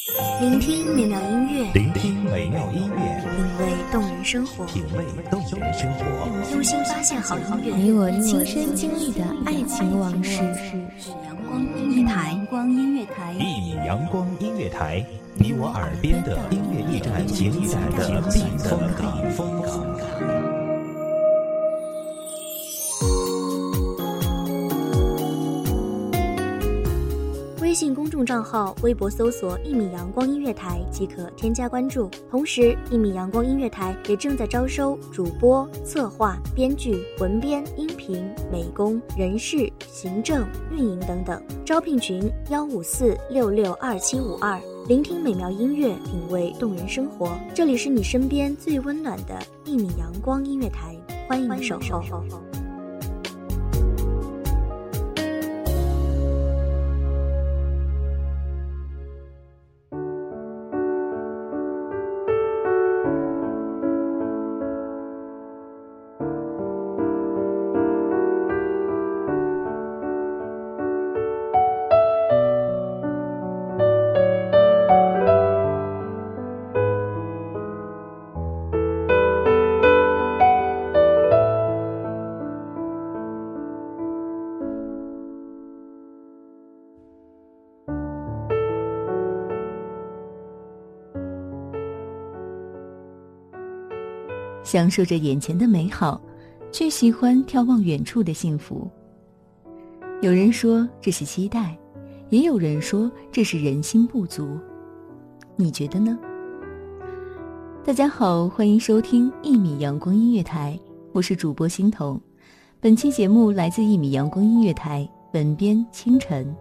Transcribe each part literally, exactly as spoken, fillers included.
聆听美妙音乐， 聆听美妙音乐， 品味动人生活， 品味动人生活， 用心发现好音乐， 你我亲身经历的爱情往事。 阳光音乐台，阳光音乐台， 一米阳光音乐台，你我耳边的音乐驿站，情感的避风港。 微信公众账号、微博搜索“一米阳光音乐台”即可添加关注。同时，一米阳光音乐台也正在招收主播、策划、编剧、文编、音频、美工、人事、行政、运营等等。招聘群：幺五四六六二七五二。聆听美妙音乐，品味动人生活。这里是你身边最温暖的一米阳光音乐台，欢迎你守候。 享受着眼前的美好，却喜欢眺望远处的幸福。有人说这是期待，也有人说这是人心不足。你觉得呢？大家好，欢迎收听一米阳光音乐台，我是主播欣桐。本期节目来自一米阳光音乐台，本编清晨。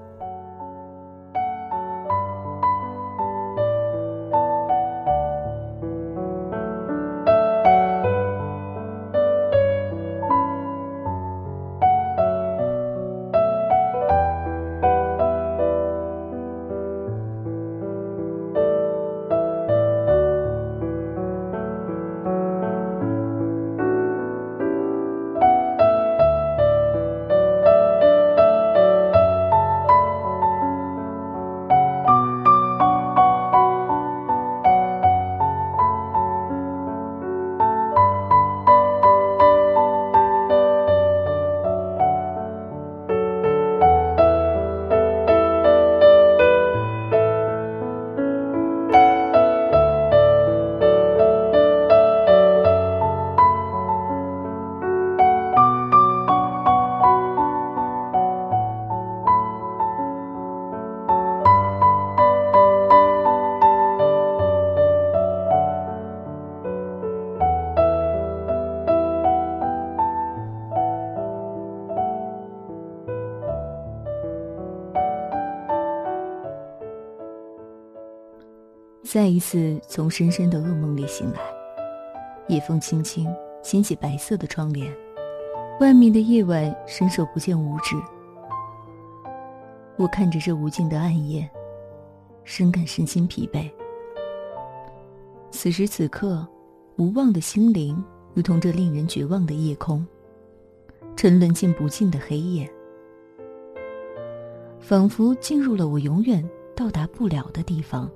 再一次从深深的噩梦里醒来，夜风轻轻掀起白色的窗帘，外面的夜晚伸手不见五指。我看着这无尽的暗夜，深感身心疲惫。此时此刻，无望的心灵如同这令人绝望的夜空，沉沦进不尽的黑夜，仿佛进入了我永远到达不了的地方。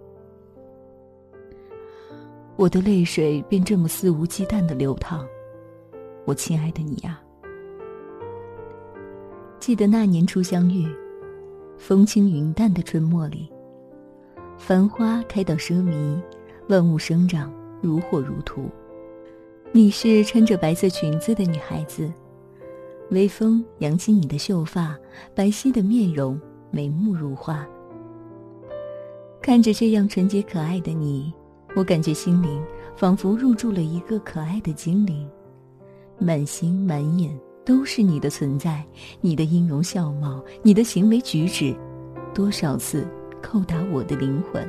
我的泪水便这么肆无忌惮地流淌。我亲爱的你呀，记得那年初相遇，风轻云淡的春末里，繁花开到奢靡，万物生长如火如荼。你是穿着白色裙子的女孩子，微风扬起你的秀发，白皙的面容，眉目如画。看着这样纯洁可爱的你，我感觉心灵仿佛入住了一个可爱的精灵，满心满眼都是你的存在，你的音容笑貌，你的行为举止，多少次扣打我的灵魂。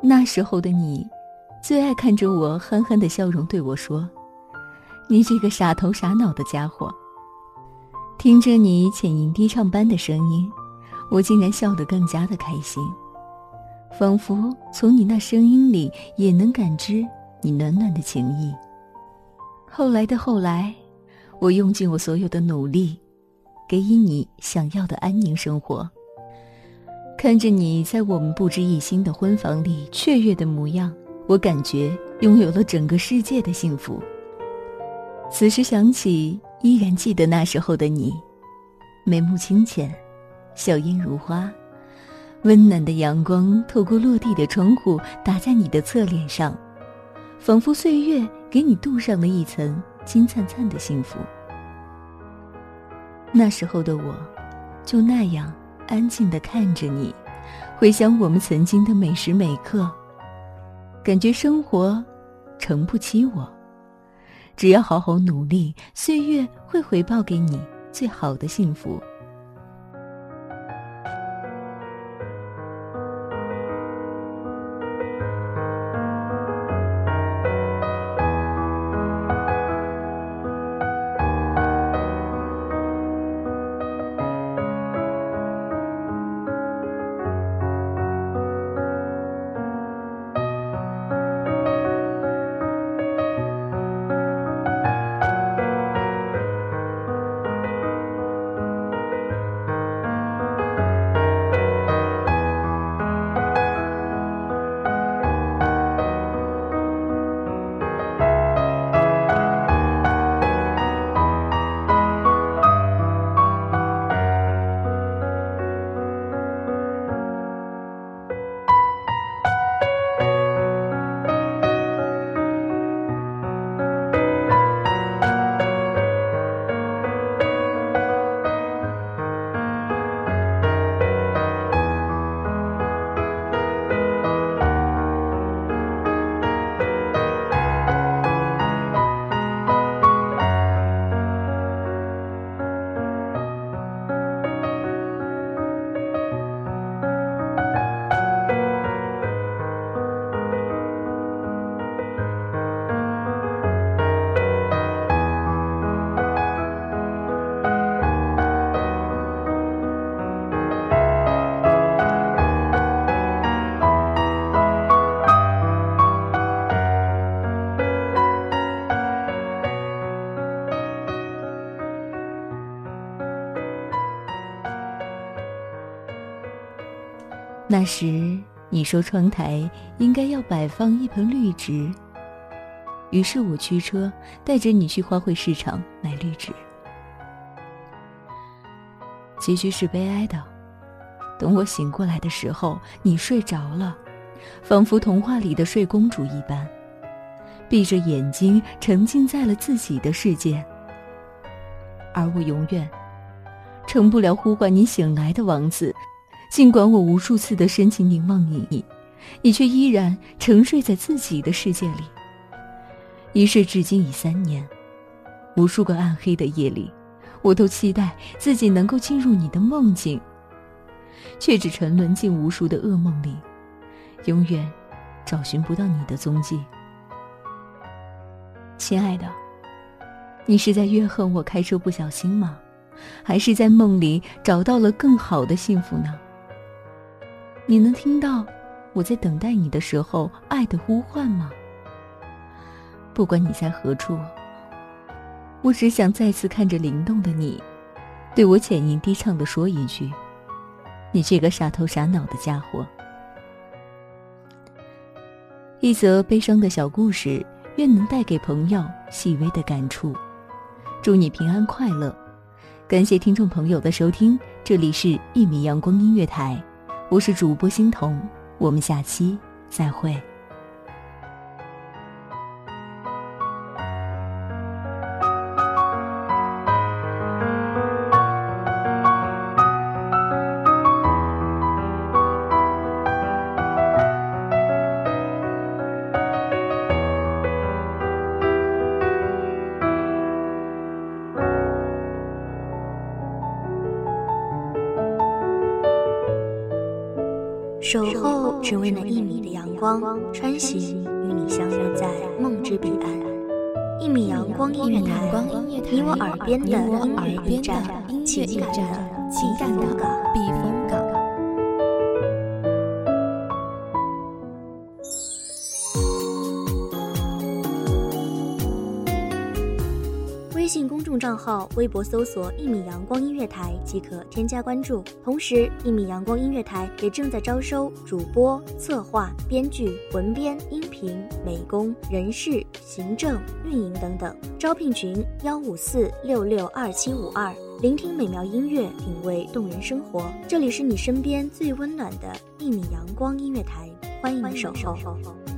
那时候的你，最爱看着我憨憨的笑容对我说：“你这个傻头傻脑的家伙。”听着你浅吟低唱般的声音，我竟然笑得更加的开心，仿佛从你那声音里也能感知你暖暖的情意。后来的后来，我用尽我所有的努力，给予你想要的安宁生活。看着你在我们不知一心的婚房里雀跃的模样，我感觉拥有了整个世界的幸福。此时想起，依然记得那时候的你，眉目清浅，笑靥如花，温暖的阳光透过落地的窗户打在你的侧脸上，仿佛岁月给你镀上了一层金灿灿的幸福。那时候的我，就那样安静地看着你，回想我们曾经的每时每刻，感觉生活诚不欺我，只要好好努力，岁月会回报给你最好的幸福。那时你说窗台应该要摆放一盆绿植，于是我驱车带着你去花卉市场买绿植。结局是悲哀的，等我醒过来的时候，你睡着了，仿佛童话里的睡公主一般，闭着眼睛沉浸在了自己的世界，而我永远成不了呼唤你醒来的王子。尽管我无数次的深情凝望你，你却依然沉睡在自己的世界里。一睡至今已三年，无数个暗黑的夜里，我都期待自己能够进入你的梦境，却只沉沦进无数的噩梦里，永远找寻不到你的踪迹。亲爱的，你是在怨恨我开车不小心吗？还是在梦里找到了更好的幸福呢？你能听到我在等待你的时候爱的呼唤吗？不管你在何处，我只想再次看着灵动的你，对我浅吟低唱地说一句：你这个傻头傻脑的家伙。一则悲伤的小故事，愿能带给朋友细微的感触。祝你平安快乐。感谢听众朋友的收听，这里是一米阳光音乐台，我是主播欣桐，我们下期再会。 守候只为那一米的阳光，穿行与你相约在梦之彼岸。一米阳光音乐台，你我耳边的音乐驿站，情感的情感的避风港。微信公众账号、微博搜索“一米阳光音乐台”即可添加关注。同时，一米阳光音乐台也正在招收主播、策划、编剧、文编、音频、美工、人事、行政、运营等等。招聘群：幺五四六六二七五二。聆听美妙音乐，品味动人生活。这里是你身边最温暖的一米阳光音乐台，欢迎你守候。